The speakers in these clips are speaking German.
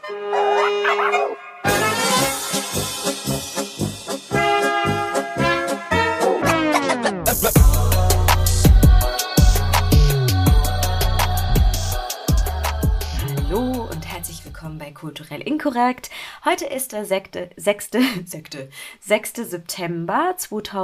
Hallo und herzlich willkommen bei Kulturell Inkorrekt. Heute ist der 6. September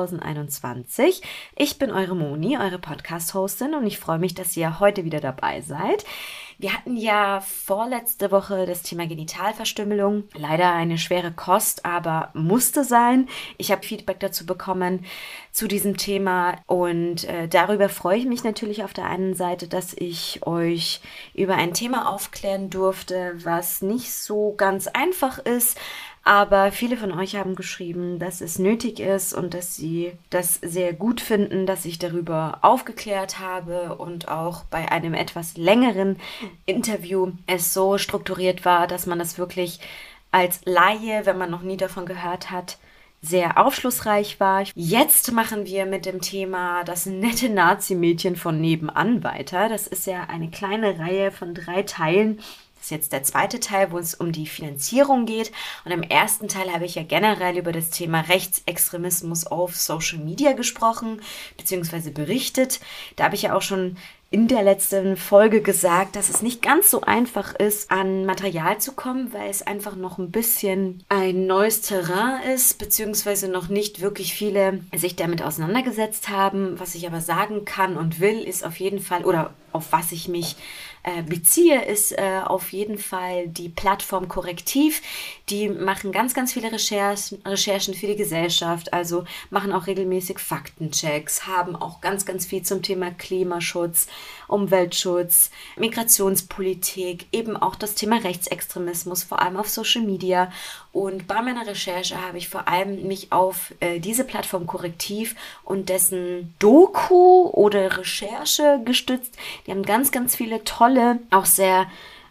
2021. Ich bin eure Moni, eure Podcast-Hostin, und ich freue mich, dass ihr heute wieder dabei seid. Wir hatten ja vorletzte Woche das Thema Genitalverstümmelung. Leider eine schwere Kost, aber musste sein. Ich habe Feedback dazu bekommen zu diesem Thema und darüber freue ich mich natürlich auf der einen Seite, dass ich euch über ein Thema aufklären durfte, was nicht so ganz einfach ist. Aber viele von euch haben geschrieben, dass es nötig ist und dass sie das sehr gut finden, dass ich darüber aufgeklärt habe und auch bei einem etwas längeren Interview es so strukturiert war, dass man das wirklich als Laie, wenn man noch nie davon gehört hat, sehr aufschlussreich war. Jetzt machen wir mit dem Thema das nette Nazi-Mädchen von nebenan weiter. Das ist ja eine kleine Reihe von 3 Teilen. Das ist jetzt der zweite Teil, wo es um die Finanzierung geht. Und im ersten Teil habe ich ja generell über das Thema Rechtsextremismus auf Social Media gesprochen, beziehungsweise berichtet. Da habe ich ja auch schon in der letzten Folge gesagt, dass es nicht ganz so einfach ist, an Material zu kommen, weil es einfach noch ein bisschen ein neues Terrain ist, beziehungsweise noch nicht wirklich viele sich damit auseinandergesetzt haben. Was ich aber sagen kann und will, ist auf jeden Fall, oder auf was ich mich beziehe, ist auf jeden Fall die Plattform Korrektiv. Die machen ganz, ganz viele Recherchen für die Gesellschaft, also machen auch regelmäßig Faktenchecks, haben auch ganz, ganz viel zum Thema Klimaschutz, Umweltschutz, Migrationspolitik, eben auch das Thema Rechtsextremismus, vor allem auf Social Media. Und bei meiner Recherche habe ich vor allem mich auf diese Plattform Korrektiv und dessen Doku oder Recherche gestützt. Die haben ganz, ganz viele tolle, auch sehr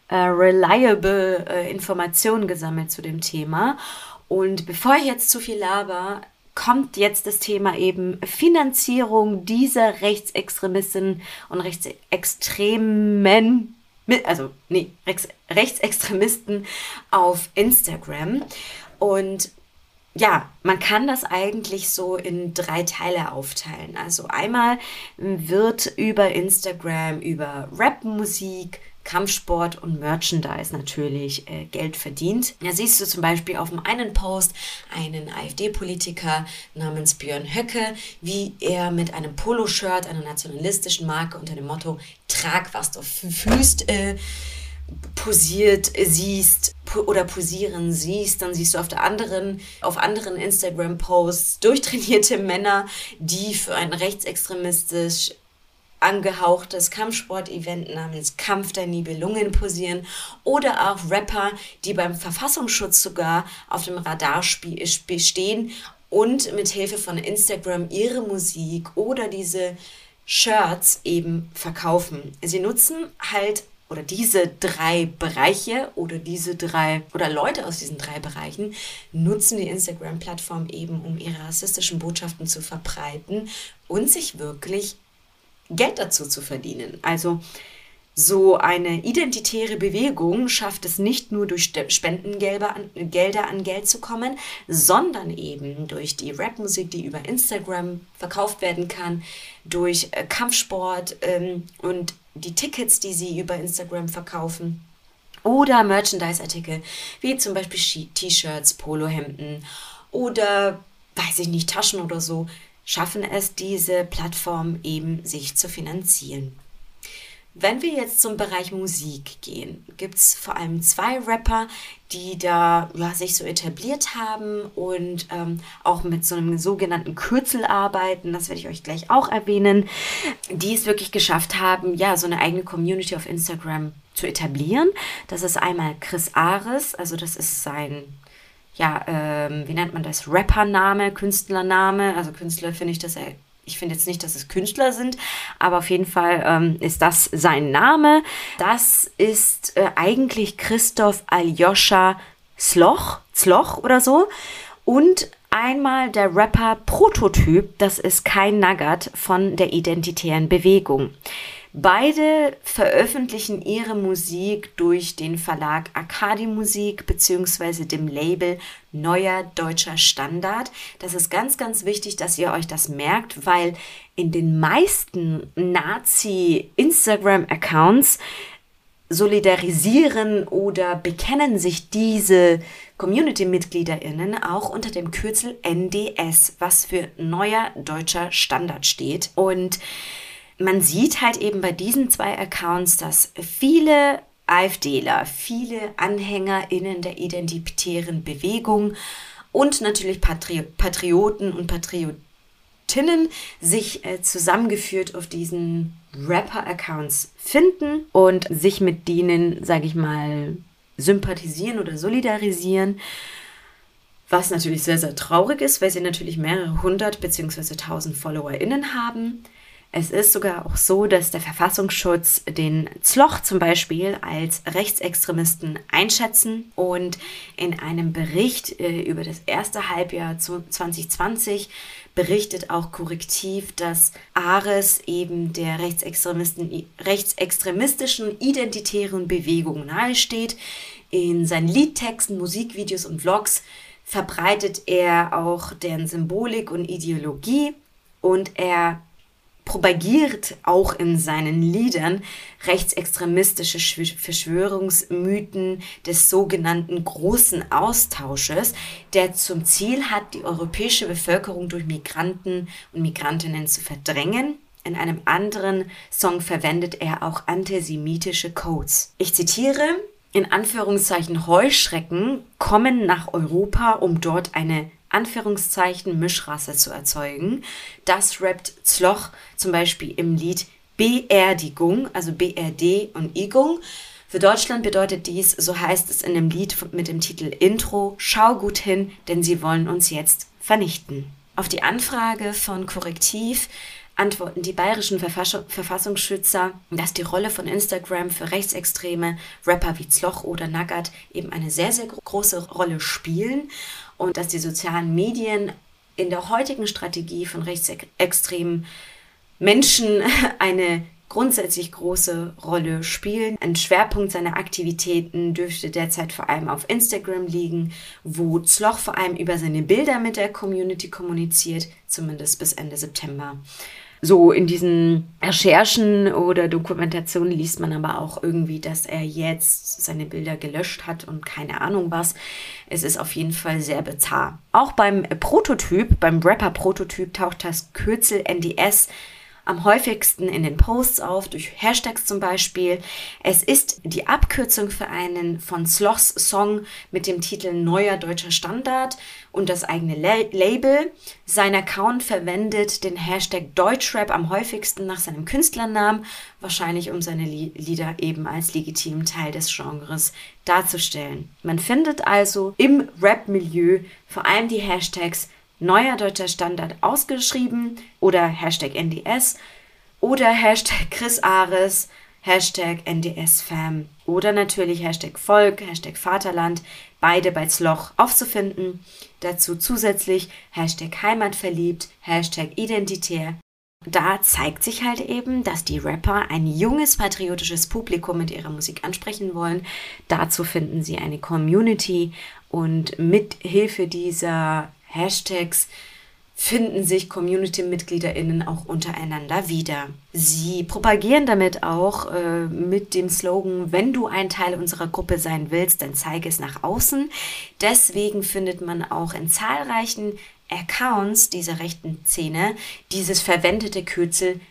reliable Informationen gesammelt zu dem Thema. Und bevor ich jetzt zu viel laber, kommt jetzt das Thema eben Finanzierung dieser Rechtsextremisten und Rechtsextremisten auf Instagram. Und ja, man kann das eigentlich so in 3 Teile aufteilen. Also einmal wird über Instagram, über Rapmusik, Kampfsport und Merchandise natürlich Geld verdient. Da siehst du zum Beispiel auf dem einen Post einen AfD-Politiker namens Björn Höcke, wie er mit einem Poloshirt einer nationalistischen Marke unter dem Motto "Trag, was du fühlst" posiert siehst oder posieren siehst. Dann siehst du auf anderen Instagram-Posts durchtrainierte Männer, die für ein rechtsextremistisch angehauchtes Kampfsport-Event namens Kampf der Nibelungen posieren, oder auch Rapper, die beim Verfassungsschutz sogar auf dem Radar stehen und mit Hilfe von Instagram ihre Musik oder diese Shirts eben verkaufen. Sie nutzen halt, oder diese 3 Bereiche oder Leute aus diesen 3 Bereichen nutzen die Instagram-Plattform eben, um ihre rassistischen Botschaften zu verbreiten und sich wirklich Geld dazu zu verdienen. Also so eine identitäre Bewegung schafft es nicht nur durch Spendengelder an Geld zu kommen, sondern eben durch die Rapmusik, die über Instagram verkauft werden kann, durch Kampfsport und die Tickets, die sie über Instagram verkaufen, oder Merchandise-Artikel, wie zum Beispiel T-Shirts, Polohemden oder, weiß ich nicht, Taschen oder so, schaffen es diese Plattform eben, sich zu finanzieren. Wenn wir jetzt zum Bereich Musik gehen, gibt es vor allem 2 Rapper, die da sich so etabliert haben und auch mit so einem sogenannten Kürzel arbeiten, das werde ich euch gleich auch erwähnen, die es wirklich geschafft haben, so eine eigene Community auf Instagram zu etablieren. Das ist einmal Chris Ares, also das ist sein, wie nennt man das, Rappername, Künstlername, also Künstler finde ich, ich finde jetzt nicht, dass es Künstler sind, aber auf jeden Fall ist das sein Name. Das ist eigentlich Christoph Aljoscha Zloch oder so. Und einmal der Rapper Prototyp, das ist Kai Nugget von der Identitären Bewegung. Beide veröffentlichen ihre Musik durch den Verlag Arcadi Musik bzw. dem Label Neuer Deutscher Standard. Das ist ganz, ganz wichtig, dass ihr euch das merkt, weil in den meisten Nazi-Instagram-Accounts solidarisieren oder bekennen sich diese Community-MitgliederInnen auch unter dem Kürzel NDS, was für Neuer Deutscher Standard steht. Und man sieht halt eben bei diesen zwei Accounts, dass viele AfDler, viele AnhängerInnen der identitären Bewegung und natürlich Patrioten und Patriotinnen sich zusammengeführt auf diesen Rapper-Accounts finden und sich mit denen, sage ich mal, sympathisieren oder solidarisieren. Was natürlich sehr, sehr traurig ist, weil sie natürlich mehrere hundert bzw. tausend FollowerInnen haben. Es ist sogar auch so, dass der Verfassungsschutz den Zloch zum Beispiel als Rechtsextremisten einschätzen und in einem Bericht über das erste Halbjahr 2020 berichtet auch Korrektiv, dass Ares eben der rechtsextremistischen identitären Bewegung nahesteht. In seinen Liedtexten, Musikvideos und Vlogs verbreitet er auch deren Symbolik und Ideologie und er propagiert auch in seinen Liedern rechtsextremistische Verschwörungsmythen des sogenannten großen Austausches, der zum Ziel hat, die europäische Bevölkerung durch Migranten und Migrantinnen zu verdrängen. In einem anderen Song verwendet er auch antisemitische Codes. Ich zitiere: In Anführungszeichen Heuschrecken kommen nach Europa, um dort eine Anführungszeichen Mischrasse zu erzeugen. Das rappt Zloch zum Beispiel im Lied Beerdigung, also BRD und Igung. Für Deutschland bedeutet dies, so heißt es in dem Lied mit dem Titel Intro, schau gut hin, denn sie wollen uns jetzt vernichten. Auf die Anfrage von Korrektiv antworten die bayerischen Verfassungsschützer, dass die Rolle von Instagram für rechtsextreme Rapper wie Zloch oder Nagat eben eine sehr, sehr große Rolle spielen und dass die sozialen Medien in der heutigen Strategie von rechtsextremen Menschen eine grundsätzlich große Rolle spielen. Ein Schwerpunkt seiner Aktivitäten dürfte derzeit vor allem auf Instagram liegen, wo Zloch vor allem über seine Bilder mit der Community kommuniziert, zumindest bis Ende September. So in diesen Recherchen oder Dokumentationen liest man aber auch irgendwie, dass er jetzt seine Bilder gelöscht hat und keine Ahnung was. Es ist auf jeden Fall sehr bizarr. Auch beim Rapper-Prototyp taucht das Kürzel NDS am häufigsten in den Posts auf, durch Hashtags zum Beispiel. Es ist die Abkürzung für einen von Zlochs Song mit dem Titel Neuer Deutscher Standard und das eigene Label. Sein Account verwendet den Hashtag Deutschrap am häufigsten nach seinem Künstlernamen, wahrscheinlich um seine Lieder eben als legitimen Teil des Genres darzustellen. Man findet also im Rap-Milieu vor allem die Hashtags Neuer Deutscher Standard ausgeschrieben oder Hashtag NDS oder Hashtag Chris Ares, Hashtag NDS-Fam oder natürlich Hashtag Volk, Hashtag Vaterland, beide bei Zloch aufzufinden. Dazu zusätzlich Hashtag Heimatverliebt, Hashtag Identitär. Da zeigt sich halt eben, dass die Rapper ein junges patriotisches Publikum mit ihrer Musik ansprechen wollen. Dazu finden sie eine Community und mit Hilfe dieser Hashtags finden sich Community-MitgliederInnen auch untereinander wieder. Sie propagieren damit auch mit dem Slogan, wenn du ein Teil unserer Gruppe sein willst, dann zeige es nach außen. Deswegen findet man auch in zahlreichen Accounts dieser rechten Szene dieses verwendete Kürzel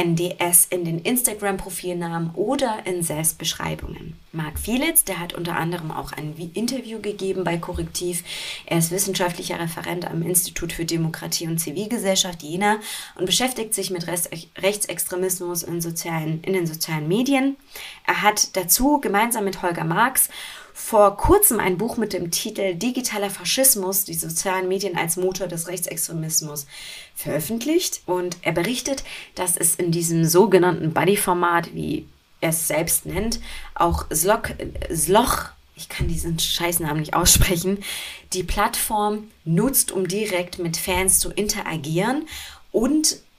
NDS in den Instagram-Profilnamen oder in Selbstbeschreibungen. Marc Fielitz, der hat unter anderem auch ein Interview gegeben bei Korrektiv. Er ist wissenschaftlicher Referent am Institut für Demokratie und Zivilgesellschaft Jena und beschäftigt sich mit Rechtsextremismus in den sozialen Medien. Er hat dazu gemeinsam mit Holger Marx vor kurzem ein Buch mit dem Titel Digitaler Faschismus, die sozialen Medien als Motor des Rechtsextremismus veröffentlicht. Und er berichtet, dass es in diesem sogenannten Buddy-Format, wie er es selbst nennt, auch Zloch, ich kann diesen Scheißnamen nicht aussprechen, die Plattform nutzt, um direkt mit Fans zu interagieren und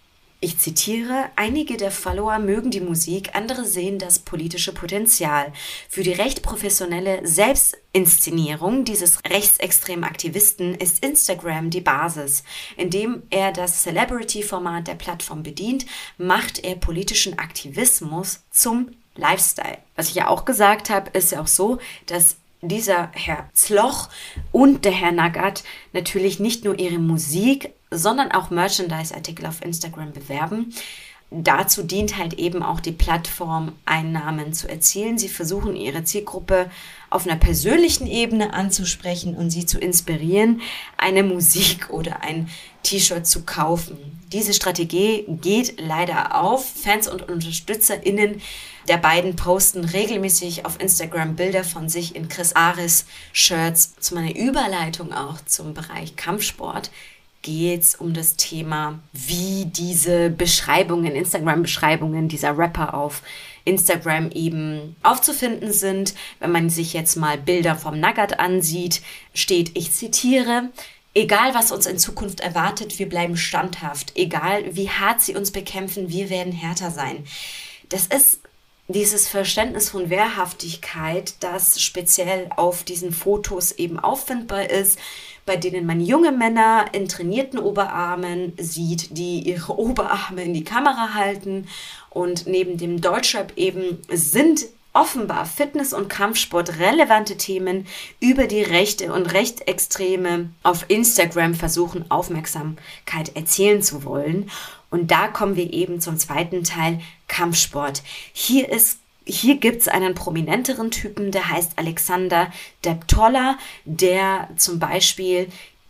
Ich zitiere: Einige der Follower mögen die Musik, andere sehen das politische Potenzial. Für die recht professionelle Selbstinszenierung dieses rechtsextremen Aktivisten ist Instagram die Basis. Indem er das Celebrity-Format der Plattform bedient, macht er politischen Aktivismus zum Lifestyle. Was ich ja auch gesagt habe, ist ja auch so, dass dieser Herr Zloch und der Herr Nugget natürlich nicht nur ihre Musik, sondern auch Merchandise-Artikel auf Instagram bewerben. Dazu dient halt eben auch die Plattform, Einnahmen zu erzielen. Sie versuchen, ihre Zielgruppe auf einer persönlichen Ebene anzusprechen und sie zu inspirieren, eine Musik oder ein T-Shirt zu kaufen. Diese Strategie geht leider auf. Fans und UnterstützerInnen der beiden posten regelmäßig auf Instagram Bilder von sich in Chris Ares Shirts. Zu meiner Überleitung auch zum Bereich Kampfsport geht es um das Thema, wie diese Beschreibungen, Instagram-Beschreibungen dieser Rapper auf Instagram eben aufzufinden sind. Wenn man sich jetzt mal Bilder vom Nugget ansieht, steht, ich zitiere: Egal, was uns in Zukunft erwartet, wir bleiben standhaft. Egal, wie hart sie uns bekämpfen, wir werden härter sein. Das ist dieses Verständnis von Wehrhaftigkeit, das speziell auf diesen Fotos eben auffindbar ist, bei denen man junge Männer in trainierten Oberarmen sieht, die ihre Oberarme in die Kamera halten. Und neben dem Deutschrap eben sind offenbar Fitness- und Kampfsport relevante Themen, über die Rechte und Rechtsextreme auf Instagram versuchen, Aufmerksamkeit erzielen zu wollen. Und da kommen wir eben zum zweiten Teil, Kampfsport. Hier gibt es einen prominenteren Typen, der heißt Alexander Deptola, der zum Beispiel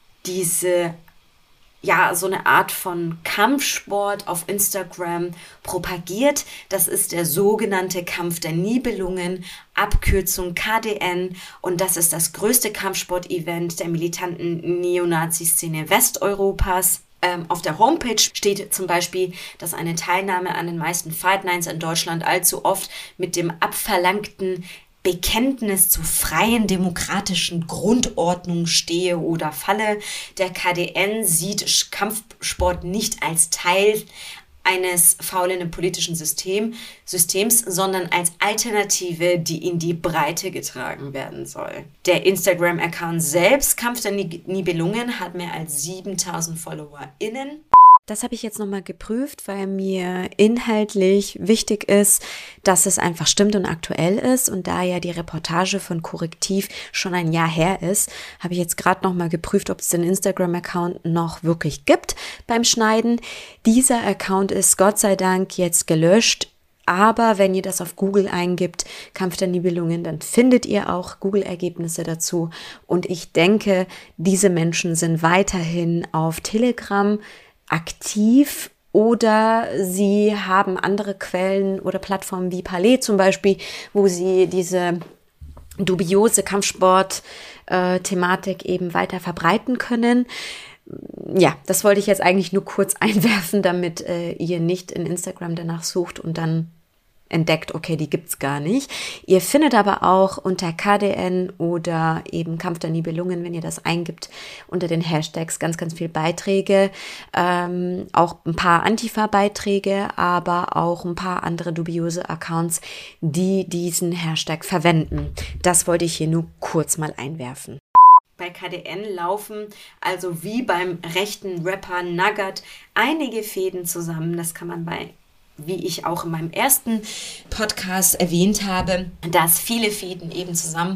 so eine Art von Kampfsport auf Instagram propagiert. Das ist der sogenannte Kampf der Nibelungen, Abkürzung KDN, und das ist das größte Kampfsport-Event der militanten Neonazi-Szene Westeuropas. Auf der Homepage steht zum Beispiel, dass eine Teilnahme an den meisten Fight Nights in Deutschland allzu oft mit dem abverlangten Bekenntnis zur freien demokratischen Grundordnung stehe oder falle. Der KDN sieht Kampfsport nicht als Teil eines faulenden politischen Systems, sondern als Alternative, die in die Breite getragen werden soll. Der Instagram-Account selbst, Kampf der Nibelungen, hat mehr als 7.000 FollowerInnen. Das habe ich jetzt nochmal geprüft, weil mir inhaltlich wichtig ist, dass es einfach stimmt und aktuell ist. Und da ja die Reportage von Korrektiv schon ein Jahr her ist, habe ich jetzt gerade nochmal geprüft, ob es den Instagram-Account noch wirklich gibt beim Schneiden. Dieser Account ist Gott sei Dank jetzt gelöscht. Aber wenn ihr das auf Google eingibt, Kampf der Nibelungen, dann findet ihr auch Google-Ergebnisse dazu. Und ich denke, diese Menschen sind weiterhin auf Telegram aktiv oder sie haben andere Quellen oder Plattformen wie Parler zum Beispiel, wo sie diese dubiose Kampfsport-Thematik eben weiter verbreiten können. Ja, das wollte ich jetzt eigentlich nur kurz einwerfen, damit ihr nicht in Instagram danach sucht und dann entdeckt, okay, die gibt's gar nicht. Ihr findet aber auch unter KDN oder eben Kampf der Nibelungen, wenn ihr das eingibt, unter den Hashtags ganz, ganz viel Beiträge, auch ein paar Antifa-Beiträge, aber auch ein paar andere dubiose Accounts, die diesen Hashtag verwenden. Das wollte ich hier nur kurz mal einwerfen. Bei KDN laufen also wie beim rechten Rapper Nugget einige Fäden zusammen. Das kann man wie ich auch in meinem ersten Podcast erwähnt habe, dass viele Fäden eben zusammenführen.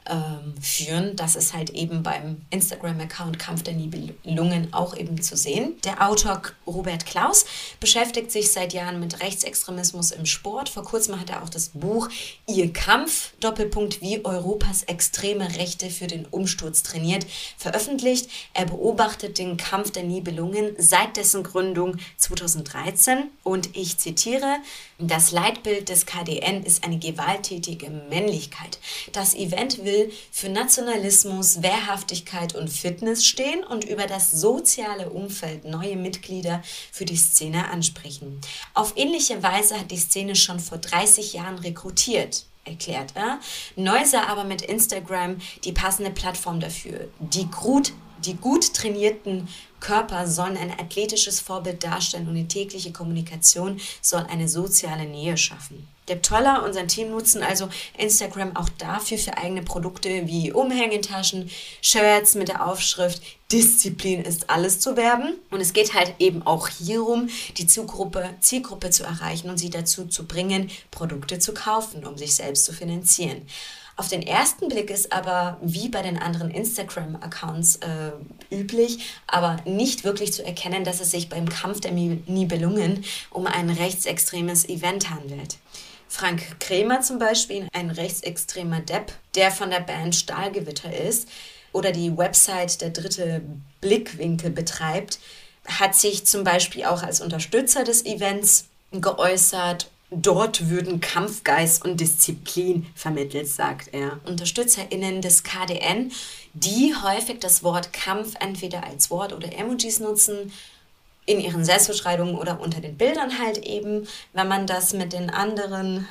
Das ist halt eben beim Instagram-Account Kampf der Nibelungen auch eben zu sehen. Der Autor Robert Klaus beschäftigt sich seit Jahren mit Rechtsextremismus im Sport. Vor kurzem hat er auch das Buch Ihr Kampf, wie Europas extreme Rechte für den Umsturz trainiert, veröffentlicht. Er beobachtet den Kampf der Nibelungen seit dessen Gründung 2013 und ich zitiere: Das Leitbild des KDN ist eine gewalttätige Männlichkeit. Das Event will für Nationalismus, Wehrhaftigkeit und Fitness stehen und über das soziale Umfeld neue Mitglieder für die Szene ansprechen. Auf ähnliche Weise hat die Szene schon vor 30 Jahren rekrutiert, erklärt er. Neu sei aber mit Instagram die passende Plattform dafür. Die Die gut trainierten Körper sollen ein athletisches Vorbild darstellen und die tägliche Kommunikation soll eine soziale Nähe schaffen. Deb Toller und sein Team nutzen also Instagram auch dafür für eigene Produkte wie Umhängetaschen, Shirts mit der Aufschrift Disziplin ist alles zu werben. Und es geht halt eben auch hierum, die Zielgruppe zu erreichen und sie dazu zu bringen, Produkte zu kaufen, um sich selbst zu finanzieren. Auf den ersten Blick ist aber, wie bei den anderen Instagram-Accounts üblich, aber nicht wirklich zu erkennen, dass es sich beim Kampf der Nibelungen um ein rechtsextremes Event handelt. Frank Kremer zum Beispiel, ein rechtsextremer Depp, der von der Band Stahlgewitter ist oder die Website Der dritte Blickwinkel betreibt, hat sich zum Beispiel auch als Unterstützer des Events geäußert. Dort würden Kampfgeist und Disziplin vermittelt, sagt er. UnterstützerInnen des KDN, die häufig das Wort Kampf entweder als Wort oder Emojis nutzen, in ihren Selbstbeschreibungen oder unter den Bildern halt eben, wenn man das mit den anderen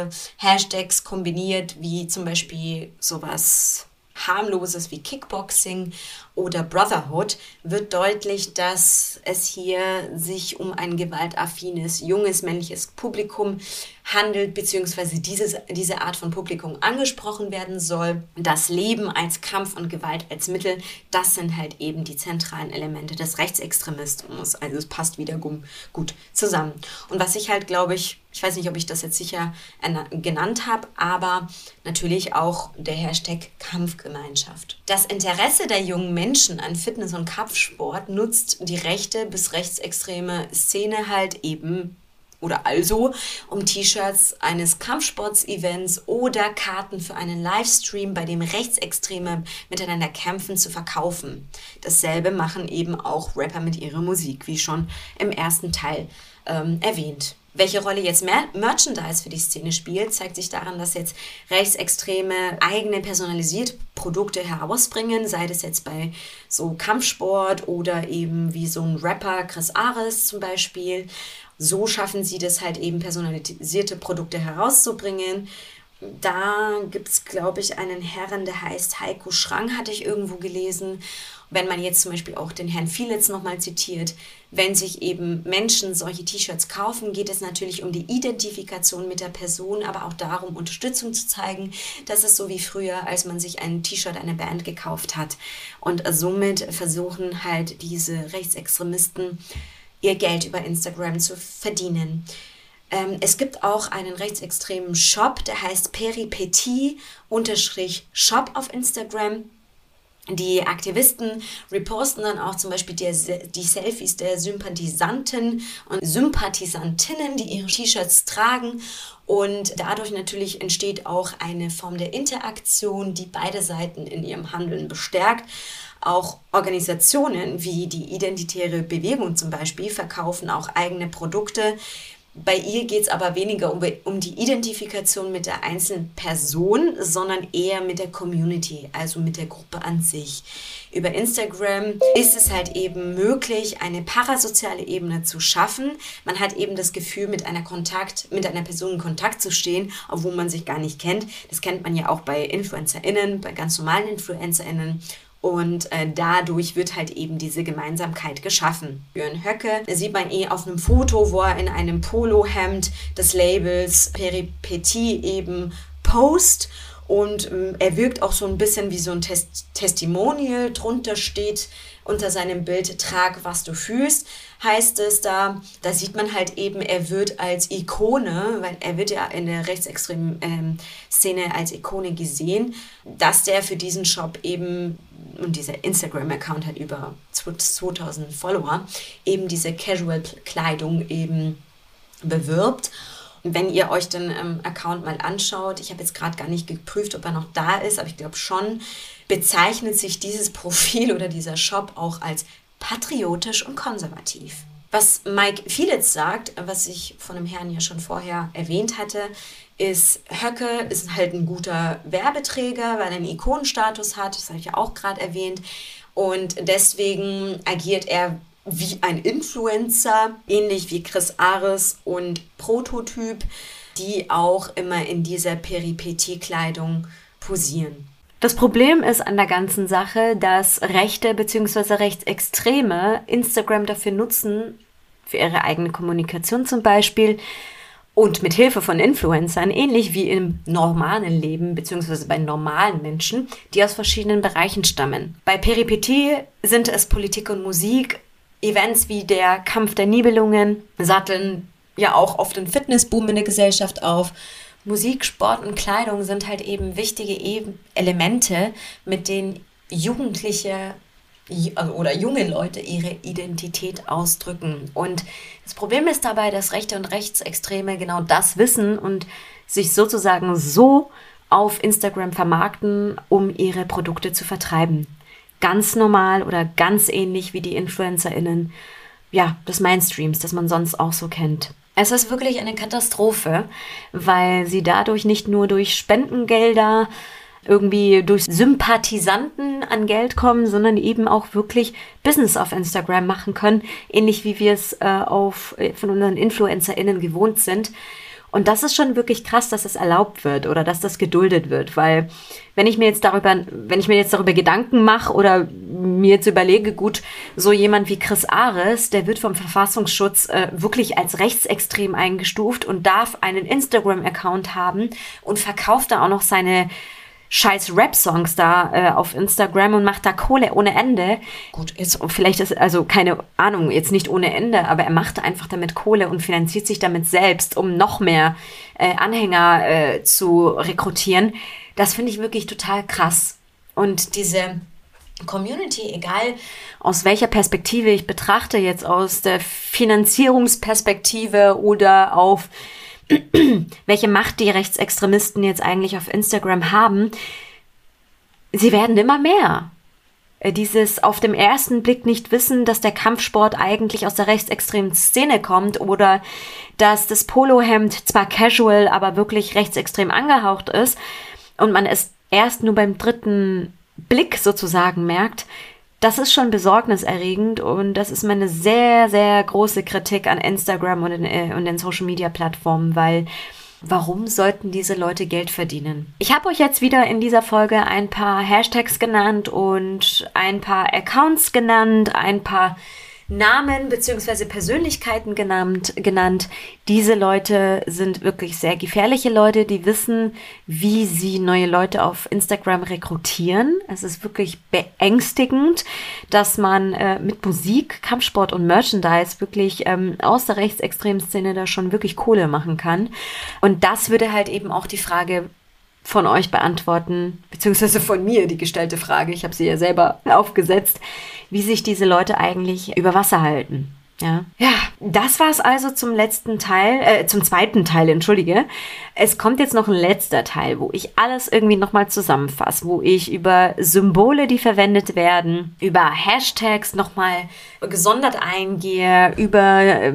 Hashtags kombiniert, wie zum Beispiel sowas harmloses wie Kickboxing oder Brotherhood, wird deutlich, dass es hier sich um ein gewaltaffines, junges, männliches Publikum handelt, beziehungsweise diese Art von Publikum angesprochen werden soll. Das Leben als Kampf und Gewalt als Mittel, das sind halt eben die zentralen Elemente des Rechtsextremismus. Also es passt wieder gut zusammen. Und was ich halt, glaube ich weiß nicht, ob ich das jetzt sicher genannt habe, aber natürlich auch der Hashtag Kampfgemeinschaft. Das Interesse der jungen Menschen an Fitness- und Kampfsport nutzt die rechte bis rechtsextreme Szene halt eben oder also, um T-Shirts eines Kampfsports-Events oder Karten für einen Livestream, bei dem Rechtsextreme miteinander kämpfen, zu verkaufen. Dasselbe machen eben auch Rapper mit ihrer Musik, wie schon im ersten Teil erwähnt. Welche Rolle jetzt Merchandise für die Szene spielt, zeigt sich daran, dass jetzt Rechtsextreme eigene personalisierte Produkte herausbringen, sei das jetzt bei so Kampfsport oder eben wie so ein Rapper, Chris Ares zum Beispiel. So schaffen sie das halt eben, personalisierte Produkte herauszubringen. Da gibt es, glaube ich, einen Herren, der heißt Heiko Schrang, hatte ich irgendwo gelesen. Wenn man jetzt zum Beispiel auch den Herrn Fielitz nochmal zitiert, wenn sich eben Menschen solche T-Shirts kaufen, geht es natürlich um die Identifikation mit der Person, aber auch darum, Unterstützung zu zeigen. Das ist so wie früher, als man sich ein T-Shirt einer Band gekauft hat. Und somit versuchen halt diese Rechtsextremisten, ihr Geld über Instagram zu verdienen. Es gibt auch einen rechtsextremen Shop, der heißt Peripetie_Shop auf Instagram. Die Aktivisten reposten dann auch zum Beispiel die Selfies der Sympathisanten und Sympathisantinnen, die ihre T-Shirts tragen. Und dadurch natürlich entsteht auch eine Form der Interaktion, die beide Seiten in ihrem Handeln bestärkt. Auch Organisationen wie die Identitäre Bewegung zum Beispiel verkaufen auch eigene Produkte. Bei ihr geht es aber weniger um die Identifikation mit der einzelnen Person, sondern eher mit der Community, also mit der Gruppe an sich. Über Instagram ist es halt eben möglich, eine parasoziale Ebene zu schaffen. Man hat eben das Gefühl, mit einer Person in Kontakt zu stehen, obwohl man sich gar nicht kennt. Das kennt man ja auch bei InfluencerInnen, bei ganz normalen InfluencerInnen. Und dadurch wird halt eben diese Gemeinsamkeit geschaffen. Björn Höcke sieht man auf einem Foto, wo er in einem Polohemd des Labels Peripetie eben post. Und er wirkt auch so ein bisschen wie so ein Testimonial. Drunter steht unter seinem Bild, trag, was du fühlst, heißt es da. Da sieht man halt eben, er wird als Ikone, weil er wird ja in der rechtsextremen Szene als Ikone gesehen, dass der für diesen Shop eben, und dieser Instagram-Account hat über 2000 Follower, eben diese Casual-Kleidung eben bewirbt. Wenn ihr euch den Account mal anschaut, ich habe jetzt gerade gar nicht geprüft, ob er noch da ist, aber ich glaube schon, bezeichnet sich dieses Profil oder dieser Shop auch als patriotisch und konservativ. Was Mike Fielitz sagt, was ich von dem Herrn ja schon vorher erwähnt hatte, ist, Höcke ist halt ein guter Werbeträger, weil er einen Ikonenstatus hat, das habe ich ja auch gerade erwähnt, und deswegen agiert er wie ein Influencer, ähnlich wie Chris Ares und Prototyp, die auch immer in dieser Peripetie-Kleidung posieren. Das Problem ist an der ganzen Sache, dass Rechte bzw. Rechtsextreme Instagram dafür nutzen, für ihre eigene Kommunikation zum Beispiel und mit Hilfe von Influencern, ähnlich wie im normalen Leben bzw. bei normalen Menschen, die aus verschiedenen Bereichen stammen. Bei Peripetie sind es Politik und Musik, Events wie der Kampf der Nibelungen satteln ja auch oft den Fitnessboom in der Gesellschaft auf. Musik, Sport und Kleidung sind halt eben wichtige Elemente, mit denen Jugendliche oder junge Leute ihre Identität ausdrücken. Und das Problem ist dabei, dass Rechte und Rechtsextreme genau das wissen und sich sozusagen so auf Instagram vermarkten, um ihre Produkte zu vertreiben. Ganz normal oder ganz ähnlich wie die InfluencerInnen, ja, des Mainstreams, das man sonst auch so kennt. Es ist wirklich eine Katastrophe, weil sie dadurch nicht nur durch Spendengelder, irgendwie durch Sympathisanten an Geld kommen, sondern eben auch wirklich Business auf Instagram machen können, ähnlich wie wir es von unseren InfluencerInnen gewohnt sind. Und das ist schon wirklich krass, dass das erlaubt wird oder dass das geduldet wird, weil wenn ich mir jetzt darüber Gedanken mache oder mir jetzt überlege, gut, so jemand wie Chris Ares, der wird vom Verfassungsschutz wirklich als rechtsextrem eingestuft und darf einen Instagram-Account haben und verkauft da auch noch seine scheiß Rap-Songs da auf Instagram und macht da Kohle ohne Ende. Gut, jetzt vielleicht ist, also keine Ahnung, jetzt nicht ohne Ende, aber er macht einfach damit Kohle und finanziert sich damit selbst, um noch mehr Anhänger zu rekrutieren. Das finde ich wirklich total krass. Und diese Community, egal aus welcher Perspektive ich betrachte, jetzt aus der Finanzierungsperspektive oder auf welche Macht die Rechtsextremisten jetzt eigentlich auf Instagram haben, sie werden immer mehr. Dieses auf dem ersten Blick nicht wissen, dass der Kampfsport eigentlich aus der rechtsextremen Szene kommt oder dass das Polohemd zwar casual, aber wirklich rechtsextrem angehaucht ist und man es erst nur beim dritten Blick sozusagen merkt, das ist schon besorgniserregend und das ist meine sehr, sehr große Kritik an Instagram und den Social-Media-Plattformen, weil warum sollten diese Leute Geld verdienen? Ich habe euch jetzt wieder in dieser Folge ein paar Hashtags genannt und ein paar Accounts genannt, ein paar Namen bzw. Persönlichkeiten genannt. Diese Leute sind wirklich sehr gefährliche Leute, die wissen, wie sie neue Leute auf Instagram rekrutieren. Es ist wirklich beängstigend, dass man mit Musik, Kampfsport und Merchandise wirklich aus der rechtsextremen Szene da schon wirklich Kohle machen kann. Und das würde halt eben auch die Frage von euch beantworten, beziehungsweise von mir die gestellte Frage, ich habe sie ja selber aufgesetzt, wie sich diese Leute eigentlich über Wasser halten. Ja, das war's also zum zweiten Teil, entschuldige. Es kommt jetzt noch ein letzter Teil, wo ich alles irgendwie nochmal zusammenfasse, wo ich über Symbole, die verwendet werden, über Hashtags nochmal gesondert eingehe, über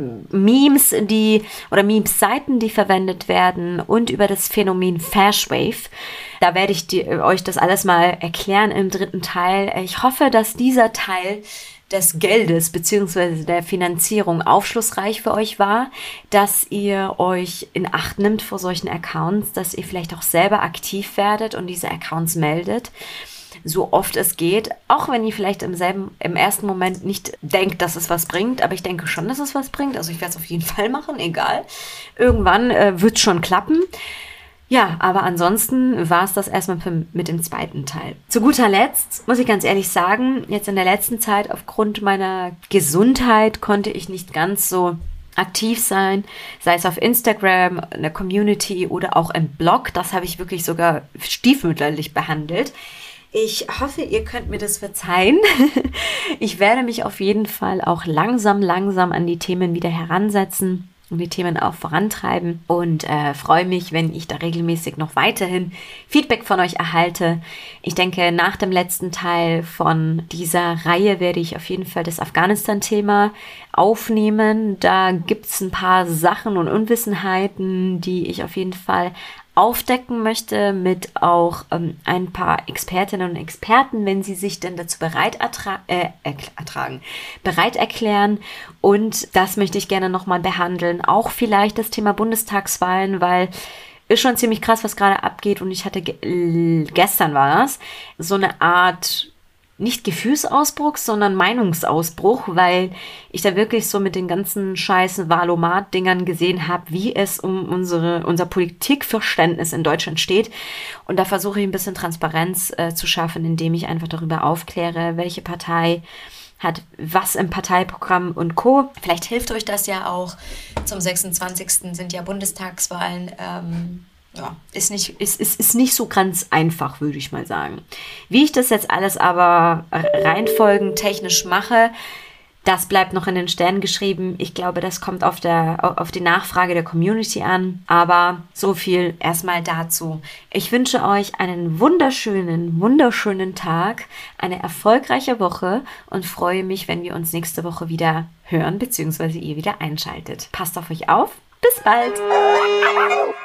Memes-Seiten, die verwendet werden und über das Phänomen Fashwave. Da werde ich euch das alles mal erklären im dritten Teil. Ich hoffe, dass dieser Teil des Geldes bzw. der Finanzierung aufschlussreich für euch war, dass ihr euch in Acht nimmt vor solchen Accounts, dass ihr vielleicht auch selber aktiv werdet und diese Accounts meldet, so oft es geht, auch wenn ihr vielleicht im ersten Moment nicht denkt, dass es was bringt, aber ich denke schon, dass es was bringt, also ich werde es auf jeden Fall machen, egal. Irgendwann wird es schon klappen. Ja, aber ansonsten war es das erstmal mit dem zweiten Teil. Zu guter Letzt muss ich ganz ehrlich sagen, jetzt in der letzten Zeit aufgrund meiner Gesundheit konnte ich nicht ganz so aktiv sein, sei es auf Instagram, in der Community oder auch im Blog. Das habe ich wirklich sogar stiefmütterlich behandelt. Ich hoffe, ihr könnt mir das verzeihen. Ich werde mich auf jeden Fall auch langsam an die Themen wieder heransetzen und die Themen auch vorantreiben und freue mich, wenn ich da regelmäßig noch weiterhin Feedback von euch erhalte. Ich denke, nach dem letzten Teil von dieser Reihe werde ich auf jeden Fall das Afghanistan-Thema aufnehmen. Da gibt es ein paar Sachen und Unwissenheiten, die ich auf jeden Fall aufdecken möchte mit auch ein paar Expertinnen und Experten, wenn sie sich denn dazu bereit erklären. Und das möchte ich gerne nochmal behandeln. Auch vielleicht das Thema Bundestagswahlen, weil ist schon ziemlich krass, was gerade abgeht. Und ich hatte gestern war das so eine Art, nicht Gefühlsausbruch, sondern Meinungsausbruch, weil ich da wirklich so mit den ganzen scheißen Valomat-Dingern gesehen habe, wie es um unser Politikverständnis in Deutschland steht. Und da versuche ich ein bisschen Transparenz zu schaffen, indem ich einfach darüber aufkläre, welche Partei hat was im Parteiprogramm und Co. Vielleicht hilft euch das ja auch. Zum 26. sind ja Bundestagswahlen. Ja, ist nicht so ganz einfach, würde ich mal sagen. Wie ich das jetzt alles aber reihenfolgentechnisch mache, das bleibt noch in den Sternen geschrieben. Ich glaube, das kommt auf die Nachfrage der Community an. Aber so viel erstmal dazu. Ich wünsche euch einen wunderschönen Tag, eine erfolgreiche Woche und freue mich, wenn wir uns nächste Woche wieder hören, beziehungsweise ihr wieder einschaltet. Passt auf euch auf. Bis bald!